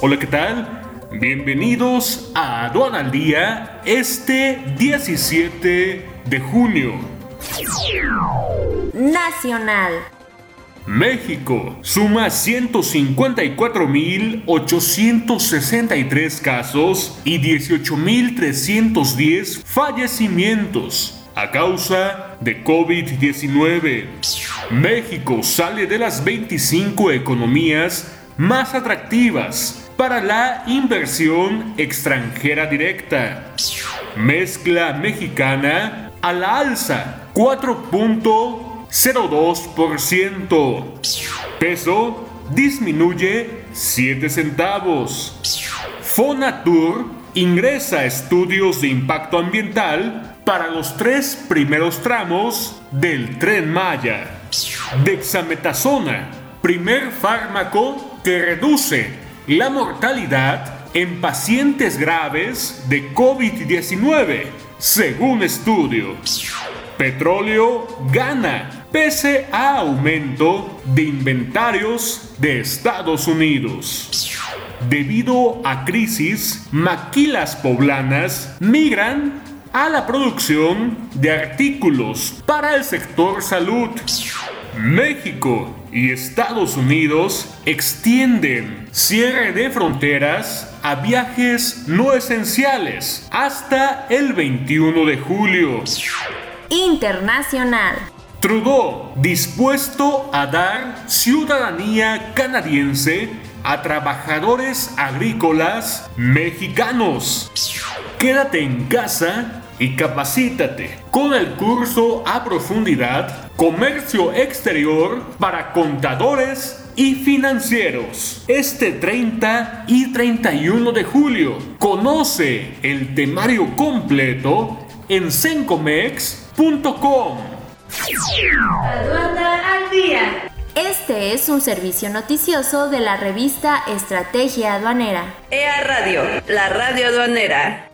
Hola, ¿qué tal? Bienvenidos a Aduana al Día, este 17 de junio. Nacional. México suma 154.863 casos y 18.310 fallecimientos a causa de COVID-19. México sale de las 25 economías más atractivas para la inversión extranjera directa. Mezcla mexicana a la alza, 4.02%. Peso disminuye 7 centavos. Fonatur ingresa estudios de impacto ambiental para los 3 primeros tramos del Tren Maya. Dexametasona, primer fármaco que reduce la mortalidad en pacientes graves de COVID-19, según estudio. Petróleo gana pese a aumento de inventarios de Estados Unidos. Debido a crisis, maquilas poblanas migran a la producción de artículos para el sector salud. México y Estados Unidos extienden cierre de fronteras a viajes no esenciales hasta el 21 de julio. Internacional. Trudeau dispuesto a dar ciudadanía canadiense a trabajadores agrícolas mexicanos. Quédate en casa y capacítate con el curso a profundidad Comercio Exterior para contadores y financieros. Este 30 y 31 de julio. Conoce el temario completo en sencomex.com. Aduana al Día. Este es un servicio noticioso de la revista Estrategia Aduanera. EA Radio, la radio aduanera.